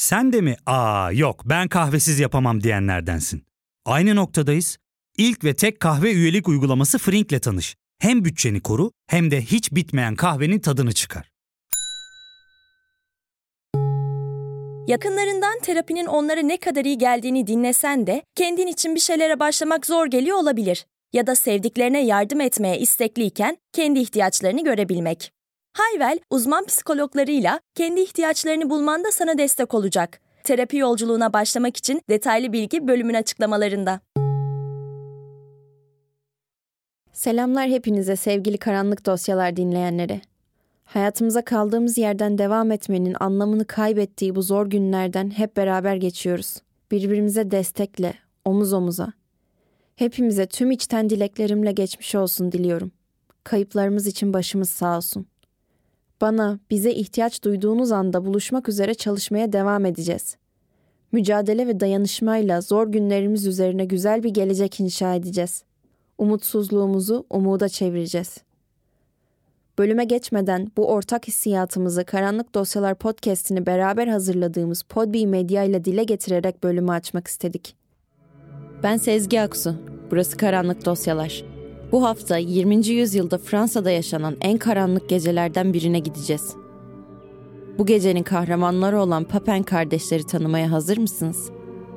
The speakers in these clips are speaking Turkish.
Sen de mi yok ben kahvesiz yapamam diyenlerdensin? Aynı noktadayız. İlk ve tek kahve üyelik uygulaması Frink'le tanış. Hem bütçeni koru hem de hiç bitmeyen kahvenin tadını çıkar. Yakınlarından terapinin onlara ne kadar iyi geldiğini dinlesen de kendin için bir şeylere başlamak zor geliyor olabilir. Ya da sevdiklerine yardım etmeye istekliyken kendi ihtiyaçlarını görebilmek. Hayvel, uzman psikologlarıyla kendi ihtiyaçlarını bulmanda sana destek olacak. Terapi yolculuğuna başlamak için detaylı bilgi bölümün açıklamalarında. Selamlar hepinize sevgili Karanlık Dosyalar dinleyenleri. Hayatımıza kaldığımız yerden devam etmenin anlamını kaybettiği bu zor günlerden hep beraber geçiyoruz. Birbirimize destekle, omuz omuza. Hepimize tüm içten dileklerimle geçmiş olsun diliyorum. Kayıplarımız için başımız sağ olsun. Bana, bize ihtiyaç duyduğunuz anda buluşmak üzere çalışmaya devam edeceğiz. Mücadele ve dayanışmayla zor günlerimiz üzerine güzel bir gelecek inşa edeceğiz. Umutsuzluğumuzu umuda çevireceğiz. Bölüme geçmeden bu ortak hissiyatımızı Karanlık Dosyalar podcast'ini beraber hazırladığımız Podbi Medya ile dile getirerek bölümü açmak istedik. Ben Sezgi Aksu, burası Karanlık Dosyalar. Bu hafta 20. yüzyılda Fransa'da yaşanan en karanlık gecelerden birine gideceğiz. Bu gecenin kahramanları olan Papin kardeşleri tanımaya hazır mısınız?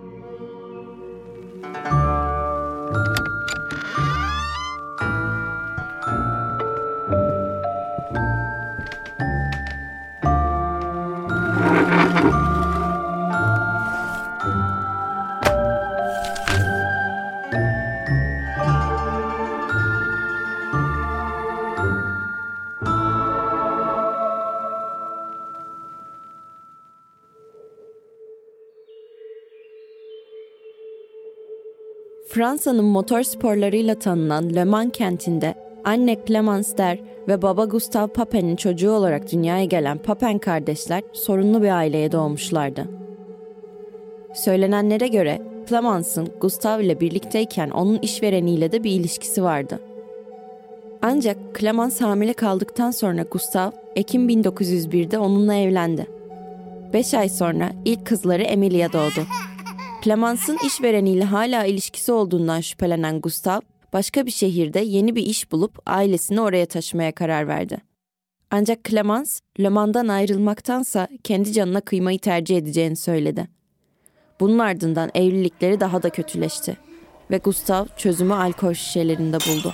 Fransa'nın motor sporlarıyla tanınan Le Mans kentinde anne Clémence Der ve baba Gustave Papin'in çocuğu olarak dünyaya gelen Papin kardeşler sorunlu bir aileye doğmuşlardı. Söylenenlere göre Clémence'ın Gustave ile birlikteyken onun işvereniyle de bir ilişkisi vardı. Ancak Clémence hamile kaldıktan sonra Gustave Ekim 1901'de onunla evlendi. 5 ay sonra ilk kızları Emilia doğdu. Clémence'ın işvereniyle hala ilişkisi olduğundan şüphelenen Gustave, başka bir şehirde yeni bir iş bulup ailesini oraya taşımaya karar verdi. Ancak Clémence, Le Mans'dan ayrılmaktansa kendi canına kıymayı tercih edeceğini söyledi. Bunun ardından evlilikleri daha da kötüleşti ve Gustave çözümü alkol şişelerinde buldu.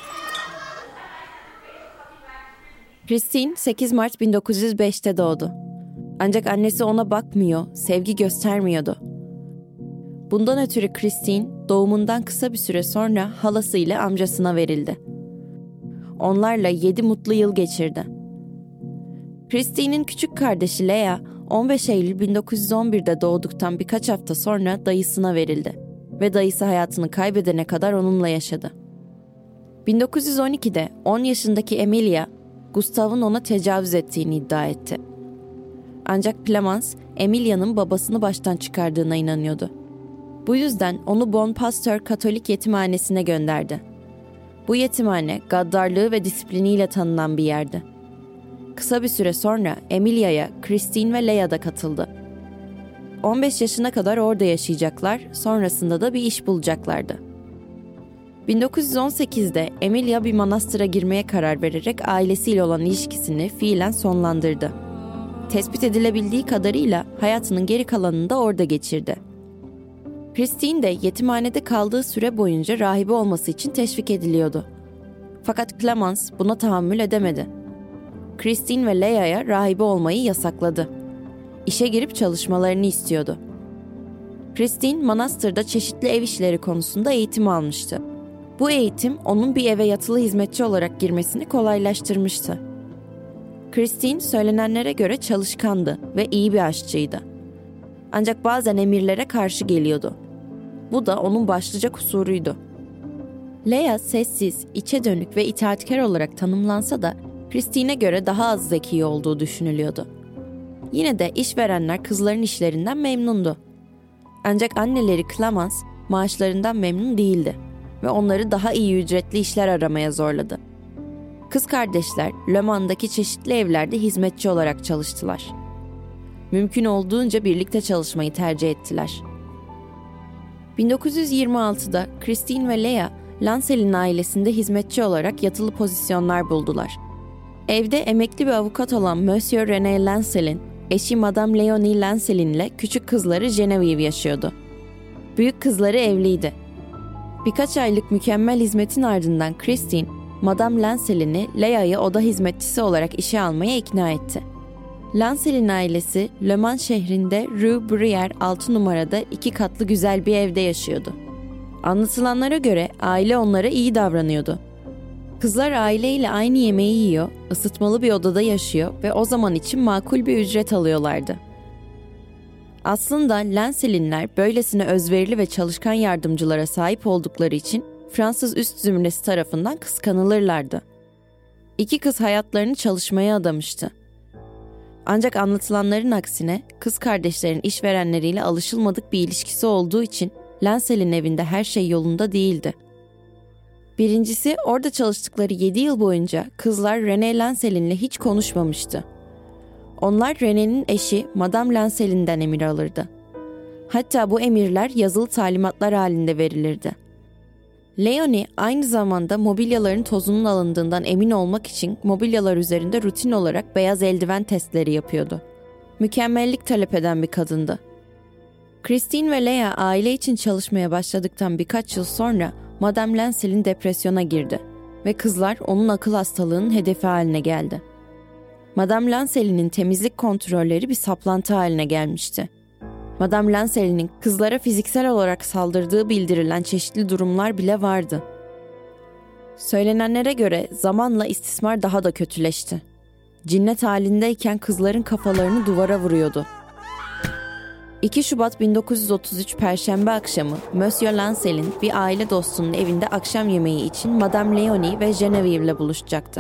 Christine 8 Mart 1905'te doğdu. Ancak annesi ona bakmıyor, sevgi göstermiyordu. Bundan ötürü Christine doğumundan kısa bir süre sonra halasıyla amcasına verildi. Onlarla 7 mutlu yıl geçirdi. Christine'in küçük kardeşi Lea 15 Eylül 1911'de doğduktan birkaç hafta sonra dayısına verildi ve dayısı hayatını kaybedene kadar onunla yaşadı. 1912'de 10 yaşındaki Emilia, Gustave'ın ona tecavüz ettiğini iddia etti. Ancak Clémence, Emilia'nın babasını baştan çıkardığına inanıyordu. Bu yüzden onu Bon Pasteur Katolik yetimhanesine gönderdi. Bu yetimhane gaddarlığı ve disipliniyle tanınan bir yerdi. Kısa bir süre sonra Emilia'ya Christine ve Lea da katıldı. 15 yaşına kadar orada yaşayacaklar, sonrasında da bir iş bulacaklardı. 1918'de Emilia bir manastıra girmeye karar vererek ailesiyle olan ilişkisini fiilen sonlandırdı. Tespit edilebildiği kadarıyla hayatının geri kalanını da orada geçirdi. Christine de yetimhanede kaldığı süre boyunca rahibe olması için teşvik ediliyordu. Fakat Clémence buna tahammül edemedi. Christine ve Lea'ya rahibe olmayı yasakladı. İşe girip çalışmalarını istiyordu. Christine, manastırda çeşitli ev işleri konusunda eğitim almıştı. Bu eğitim onun bir eve yatılı hizmetçi olarak girmesini kolaylaştırmıştı. Christine söylenenlere göre çalışkandı ve iyi bir aşçıydı. Ancak bazen emirlere karşı geliyordu. Bu da onun başlıca kusuruydu. Lea sessiz, içe dönük ve itaatkar olarak tanımlansa da Christine'e göre daha az zeki olduğu düşünülüyordu. Yine de işverenler kızların işlerinden memnundu. Ancak anneleri Clémence maaşlarından memnun değildi ve onları daha iyi ücretli işler aramaya zorladı. Kız kardeşler Le Mans'daki çeşitli evlerde hizmetçi olarak çalıştılar. Mümkün olduğunca birlikte çalışmayı tercih ettiler. 1926'da Christine ve Lea, Lancel'in ailesinde hizmetçi olarak yatılı pozisyonlar buldular. Evde emekli bir avukat olan Monsieur René Lancel'in eşi Madame Léonie Lancel'in ile küçük kızları Geneviève yaşıyordu. Büyük kızları evliydi. Birkaç aylık mükemmel hizmetin ardından Christine, Madame Lancel'ini Lea'yı oda hizmetçisi olarak işe almaya ikna etti. Lancel'in ailesi Le Mans şehrinde Rue Bruyère 6 numarada 2 katlı güzel bir evde yaşıyordu. Anlatılanlara göre aile onlara iyi davranıyordu. Kızlar aileyle aynı yemeği yiyor, ısıtmalı bir odada yaşıyor ve o zaman için makul bir ücret alıyorlardı. Aslında Lancel'inler böylesine özverili ve çalışkan yardımcılara sahip oldukları için Fransız üst zümresi tarafından kıskanılırlardı. İki kız hayatlarını çalışmaya adamıştı. Ancak anlatılanların aksine kız kardeşlerin işverenleriyle alışılmadık bir ilişkisi olduğu için Lancel'in evinde her şey yolunda değildi. Birincisi, orada çalıştıkları 7 yıl boyunca kızlar René Lancel'inle hiç konuşmamıştı. Onlar René'nin eşi Madame Lancel'in'den emir alırdı. Hatta bu emirler yazılı talimatlar halinde verilirdi. Léonie aynı zamanda mobilyaların tozunun alındığından emin olmak için mobilyalar üzerinde rutin olarak beyaz eldiven testleri yapıyordu. Mükemmellik talep eden bir kadındı. Christine ve Lea aile için çalışmaya başladıktan birkaç yıl sonra Madame Lancel'in depresyona girdi ve kızlar onun akıl hastalığının hedefi haline geldi. Madame Lancel'in temizlik kontrolleri bir saplantı haline gelmişti. Madame Lancel'in kızlara fiziksel olarak saldırdığı bildirilen çeşitli durumlar bile vardı. Söylenenlere göre zamanla istismar daha da kötüleşti. Cinnet halindeyken kızların kafalarını duvara vuruyordu. 2 Şubat 1933 Perşembe akşamı Monsieur Lancel'in bir aile dostunun evinde akşam yemeği için Madame Léonie ve Geneviève ile buluşacaktı.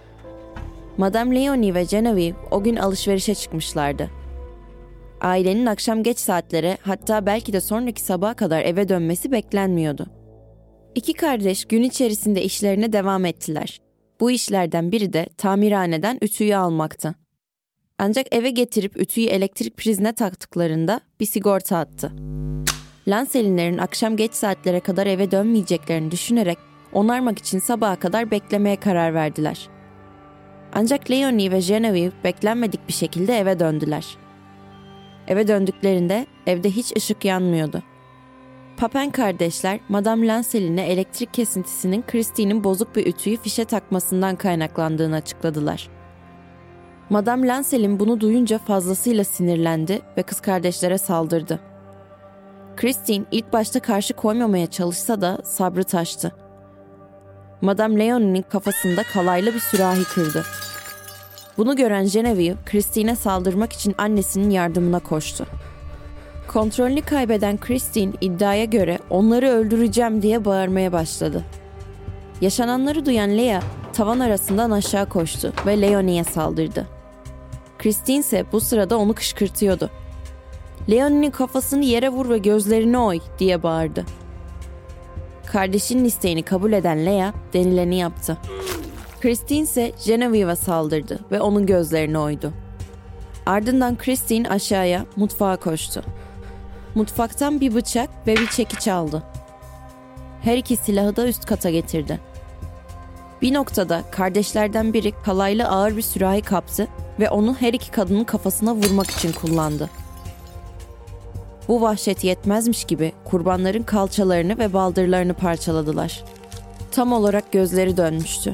Madame Léonie ve Geneviève o gün alışverişe çıkmışlardı. Ailenin akşam geç saatlere, hatta belki de sonraki sabaha kadar eve dönmesi beklenmiyordu. İki kardeş gün içerisinde işlerine devam ettiler. Bu işlerden biri de tamirhaneden ütüyü almaktı. Ancak eve getirip ütüyü elektrik prizine taktıklarında bir sigorta attı. Lancel'inlerin akşam geç saatlere kadar eve dönmeyeceklerini düşünerek onarmak için sabaha kadar beklemeye karar verdiler. Ancak Léonie ve Geneviève beklenmedik bir şekilde eve döndüler. Eve döndüklerinde evde hiç ışık yanmıyordu. Papin kardeşler Madame Lancel'ine elektrik kesintisinin Christine'in bozuk bir ütüyü fişe takmasından kaynaklandığını açıkladılar. Madame Lancel'in bunu duyunca fazlasıyla sinirlendi ve kız kardeşlere saldırdı. Christine ilk başta karşı koymamaya çalışsa da sabrı taştı. Madame Léonie'nin kafasında kalaylı bir sürahi kırdı. Bunu gören Geneviève, Christine'e saldırmak için annesinin yardımına koştu. Kontrolünü kaybeden Christine iddiaya göre onları öldüreceğim diye bağırmaya başladı. Yaşananları duyan Lea tavan arasından aşağı koştu ve Léonie'ye saldırdı. Christine ise bu sırada onu kışkırtıyordu. Léonie'nin kafasını yere vur ve gözlerini oy diye bağırdı. Kardeşinin isteğini kabul eden Lea denileni yaptı. Christine ise Geneviève'e saldırdı ve onun gözlerini oydu. Ardından Christine aşağıya, mutfağa koştu. Mutfaktan bir bıçak ve bir çekiç aldı. Her iki silahı da üst kata getirdi. Bir noktada kardeşlerden biri kalaylı ağır bir sürahi kaptı ve onu her iki kadının kafasına vurmak için kullandı. Bu vahşet yetmezmiş gibi kurbanların kalçalarını ve baldırlarını parçaladılar. Tam olarak gözleri dönmüştü.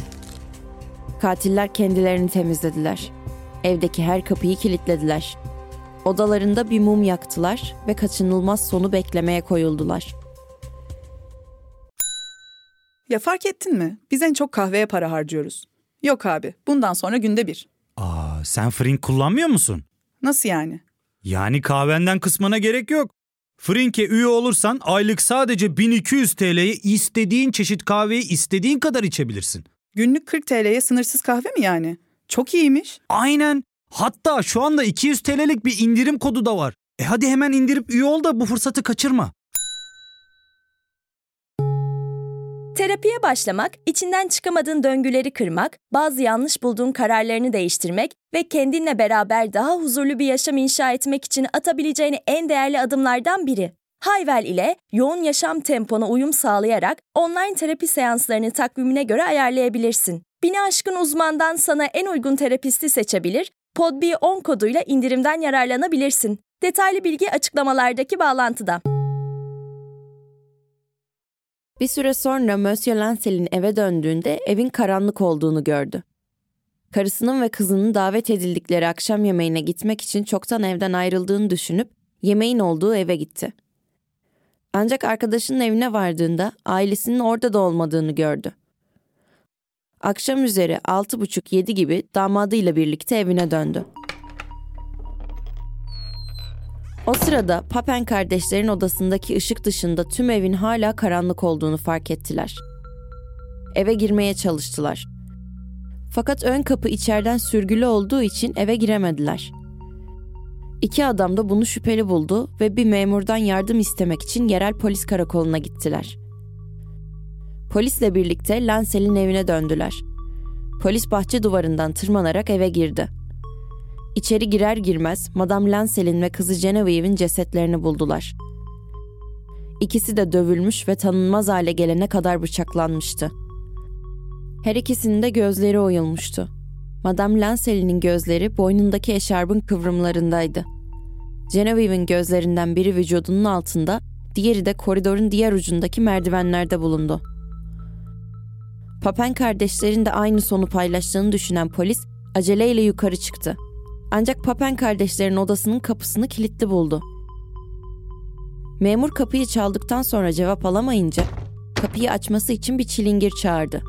Katiller kendilerini temizlediler. Evdeki her kapıyı kilitlediler. Odalarında bir mum yaktılar ve kaçınılmaz sonu beklemeye koyuldular. Ya fark ettin mi? Biz en çok kahveye para harcıyoruz. Yok abi, bundan sonra günde bir. Sen Frink kullanmıyor musun? Nasıl yani? Yani kahvenden kısmına gerek yok. Frink'e üye olursan aylık sadece 1200 TL'ye istediğin çeşit kahveyi istediğin kadar içebilirsin. Günlük 40 TL'ye sınırsız kahve mi yani? Çok iyiymiş. Aynen. Hatta şu anda 200 TL'lik bir indirim kodu da var. Hadi hemen indirip üye ol da bu fırsatı kaçırma. Terapiye başlamak, içinden çıkamadığın döngüleri kırmak, bazı yanlış bulduğun kararlarını değiştirmek ve kendinle beraber daha huzurlu bir yaşam inşa etmek için atabileceğin en değerli adımlardan biri. Hayvel ile yoğun yaşam tempona uyum sağlayarak online terapi seanslarını takvimine göre ayarlayabilirsin. 1000'i aşkın uzmandan sana en uygun terapisti seçebilir, PodB10 koduyla indirimden yararlanabilirsin. Detaylı bilgi açıklamalardaki bağlantıda. Bir süre sonra Monsieur Lancel'in eve döndüğünde evin karanlık olduğunu gördü. Karısının ve kızının davet edildikleri akşam yemeğine gitmek için çoktan evden ayrıldığını düşünüp yemeğin olduğu eve gitti. Ancak arkadaşının evine vardığında ailesinin orada da olmadığını gördü. Akşam üzeri 6.30-7 gibi damadıyla birlikte evine döndü. O sırada Papen kardeşlerin odasındaki ışık dışında tüm evin hala karanlık olduğunu fark ettiler. Eve girmeye çalıştılar. Fakat ön kapı içeriden sürgülü olduğu için eve giremediler. İki adam da bunu şüpheli buldu ve bir memurdan yardım istemek için yerel polis karakoluna gittiler. Polisle birlikte Lancel'in evine döndüler. Polis bahçe duvarından tırmanarak eve girdi. İçeri girer girmez Madame Lancel'in ve kızı Genevieve'in cesetlerini buldular. İkisi de dövülmüş ve tanınmaz hale gelene kadar bıçaklanmıştı. Her ikisinin de gözleri oyulmuştu. Madame Lancel'in gözleri boynundaki eşarbın kıvrımlarındaydı. Genevieve'in gözlerinden biri vücudunun altında, diğeri de koridorun diğer ucundaki merdivenlerde bulundu. Papen kardeşlerin de aynı sonu paylaştığını düşünen polis aceleyle yukarı çıktı. Ancak Papen kardeşlerin odasının kapısını kilitli buldu. Memur kapıyı çaldıktan sonra cevap alamayınca kapıyı açması için bir çilingir çağırdı.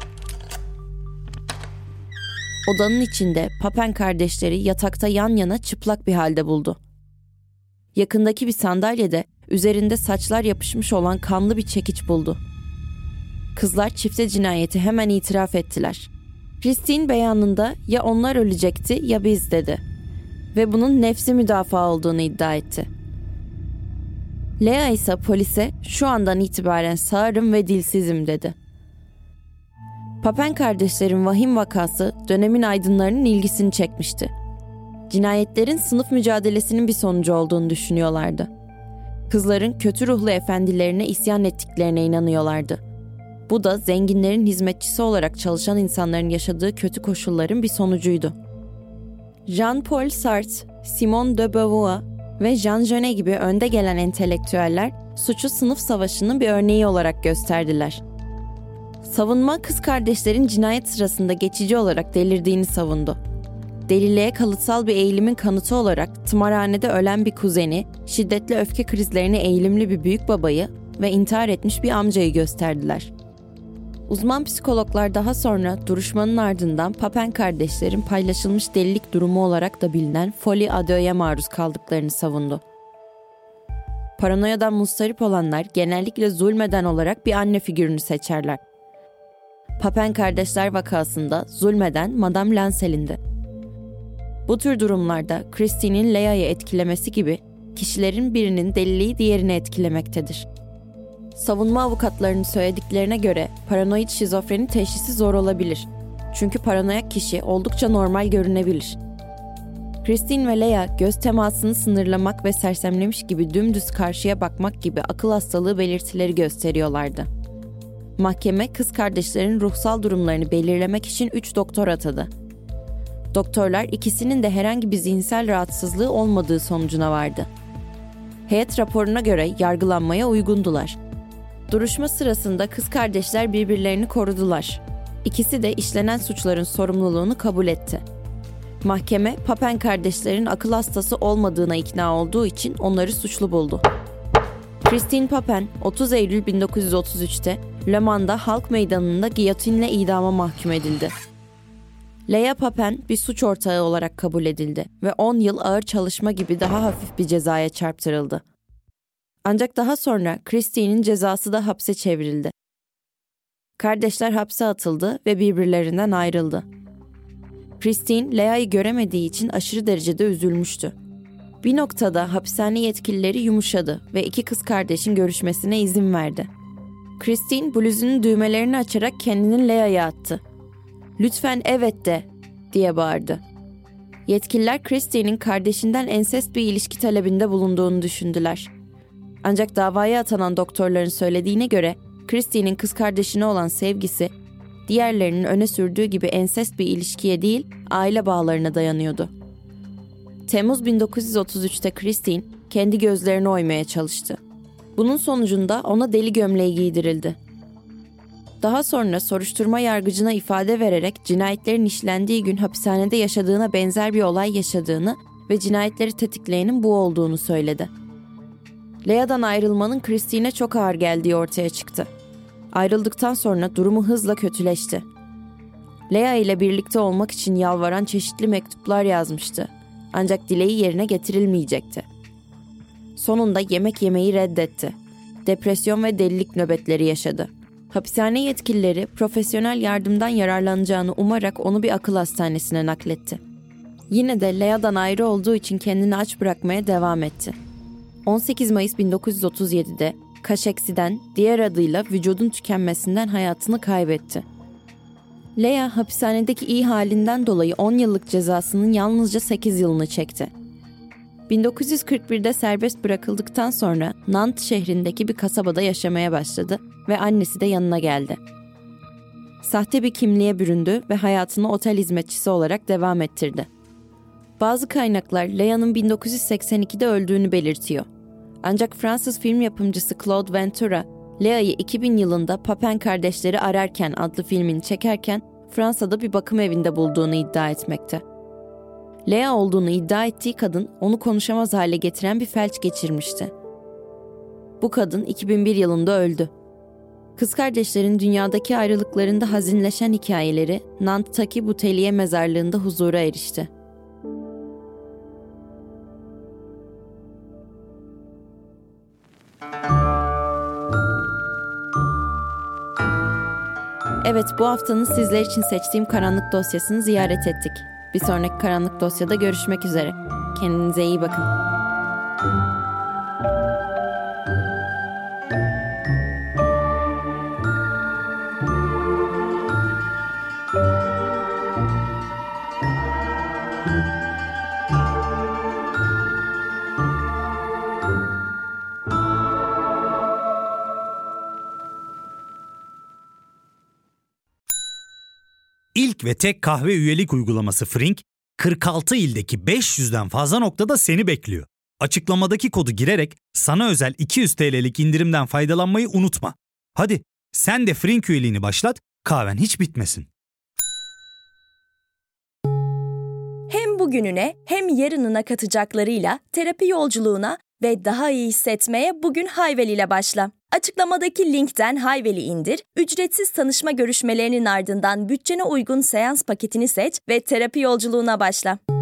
Odanın içinde Papen kardeşleri yatakta yan yana çıplak bir halde buldu. Yakındaki bir sandalyede üzerinde saçlar yapışmış olan kanlı bir çekiç buldu. Kızlar çifte cinayeti hemen itiraf ettiler. Christine beyanında ya onlar ölecekti ya biz dedi. Ve bunun nefsi müdafaa olduğunu iddia etti. Lea ise polise şu andan itibaren sağırım ve dilsizim dedi. Papen kardeşlerin vahim vakası dönemin aydınlarının ilgisini çekmişti. Cinayetlerin sınıf mücadelesinin bir sonucu olduğunu düşünüyorlardı. Kızların kötü ruhlu efendilerine isyan ettiklerine inanıyorlardı. Bu da zenginlerin hizmetçisi olarak çalışan insanların yaşadığı kötü koşulların bir sonucuydu. Jean-Paul Sartre, Simone de Beauvoir ve Jean Genet gibi önde gelen entelektüeller suçu sınıf savaşının bir örneği olarak gösterdiler. Savunma kız kardeşlerin cinayet sırasında geçici olarak delirdiğini savundu. Deliliğe kalıtsal bir eğilimin kanıtı olarak tımarhanede ölen bir kuzeni, şiddetli öfke krizlerine eğilimli bir büyük babayı ve intihar etmiş bir amcayı gösterdiler. Uzman psikologlar daha sonra duruşmanın ardından Papen kardeşlerin paylaşılmış delilik durumu olarak da bilinen folie à deux'e maruz kaldıklarını savundu. Paranoyadan muzdarip olanlar genellikle zulmeden olarak bir anne figürünü seçerler. Papen kardeşler vakasında zulmeden Madame Lancel'indi. Bu tür durumlarda Christine'in Lea'yı etkilemesi gibi kişilerin birinin deliliği diğerini etkilemektedir. Savunma avukatlarının söylediklerine göre paranoid şizofreni teşhisi zor olabilir. Çünkü paranoyak kişi oldukça normal görünebilir. Christine ve Lea göz temasını sınırlamak ve sersemlemiş gibi dümdüz karşıya bakmak gibi akıl hastalığı belirtileri gösteriyorlardı. Mahkeme kız kardeşlerin ruhsal durumlarını belirlemek için 3 doktor atadı. Doktorlar ikisinin de herhangi bir zihinsel rahatsızlığı olmadığı sonucuna vardı. Heyet raporuna göre yargılanmaya uygundular. Duruşma sırasında kız kardeşler birbirlerini korudular. İkisi de işlenen suçların sorumluluğunu kabul etti. Mahkeme, Papen kardeşlerin akıl hastası olmadığına ikna olduğu için onları suçlu buldu. Christine Papen, 30 Eylül 1933'te Le Mans'da halk meydanında giyotinle idama mahkum edildi. Lea Papen bir suç ortağı olarak kabul edildi ve 10 yıl ağır çalışma gibi daha hafif bir cezaya çarptırıldı. Ancak daha sonra Christine'in cezası da hapse çevrildi. Kardeşler hapse atıldı ve birbirlerinden ayrıldı. Christine, Lea'yı göremediği için aşırı derecede üzülmüştü. Bir noktada hapishane yetkilileri yumuşadı ve iki kız kardeşin görüşmesine izin verdi. Christine bluzunun düğmelerini açarak kendini Lea'ya attı. "Lütfen evet de," diye bağırdı. Yetkililer Christine'in kardeşinden ensest bir ilişki talebinde bulunduğunu düşündüler. Ancak davaya atanan doktorların söylediğine göre Christine'in kız kardeşine olan sevgisi, diğerlerinin öne sürdüğü gibi ensest bir ilişkiye değil, aile bağlarına dayanıyordu. Temmuz 1933'te Christine kendi gözlerini oymaya çalıştı. Bunun sonucunda ona deli gömleği giydirildi. Daha sonra soruşturma yargıcına ifade vererek cinayetlerin işlendiği gün hapishanede yaşadığına benzer bir olay yaşadığını ve cinayetleri tetikleyenin bu olduğunu söyledi. Lea'dan ayrılmanın Christine'e çok ağır geldiği ortaya çıktı. Ayrıldıktan sonra durumu hızla kötüleşti. Lea ile birlikte olmak için yalvaran çeşitli mektuplar yazmıştı. Ancak dileği yerine getirilmeyecekti. Sonunda yemek yemeyi reddetti. Depresyon ve delilik nöbetleri yaşadı. Hapishane yetkilileri profesyonel yardımdan yararlanacağını umarak onu bir akıl hastanesine nakletti. Yine de Lea'dan ayrı olduğu için kendini aç bırakmaya devam etti. 18 Mayıs 1937'de kaşeksiden, diğer adıyla vücudun tükenmesinden hayatını kaybetti. Lea hapishanedeki iyi halinden dolayı 10 yıllık cezasının yalnızca 8 yılını çekti. 1941'de serbest bırakıldıktan sonra Nantes şehrindeki bir kasabada yaşamaya başladı ve annesi de yanına geldi. Sahte bir kimliğe büründü ve hayatını otel hizmetçisi olarak devam ettirdi. Bazı kaynaklar Lea'nın 1982'de öldüğünü belirtiyor. Ancak Fransız film yapımcısı Claude Ventura, Lea'yı 2000 yılında Papin Kardeşleri Ararken adlı filmini çekerken Fransa'da bir bakım evinde bulduğunu iddia etmekte. Lea olduğunu iddia ettiği kadın onu konuşamaz hale getiren bir felç geçirmişti. Bu kadın 2001 yılında öldü. Kız kardeşlerin dünyadaki ayrılıklarında hazinleşen hikayeleri Nantes'taki Boutellier mezarlığında huzura erişti. Evet, bu haftanın sizler için seçtiğim karanlık dosyasını ziyaret ettik. Bir sonraki karanlık dosyada görüşmek üzere. Kendinize iyi bakın. İlk ve tek kahve üyelik uygulaması Frink, 46 ildeki 500'den fazla noktada seni bekliyor. Açıklamadaki kodu girerek sana özel 200 TL'lik indirimden faydalanmayı unutma. Hadi sen de Frink üyeliğini başlat, kahven hiç bitmesin. Hem bugününe hem yarınına katacaklarıyla terapi yolculuğuna ve daha iyi hissetmeye bugün Hayvel ile başla. Açıklamadaki linkten Hayvel'i indir, ücretsiz tanışma görüşmelerinin ardından bütçene uygun seans paketini seç ve terapi yolculuğuna başla.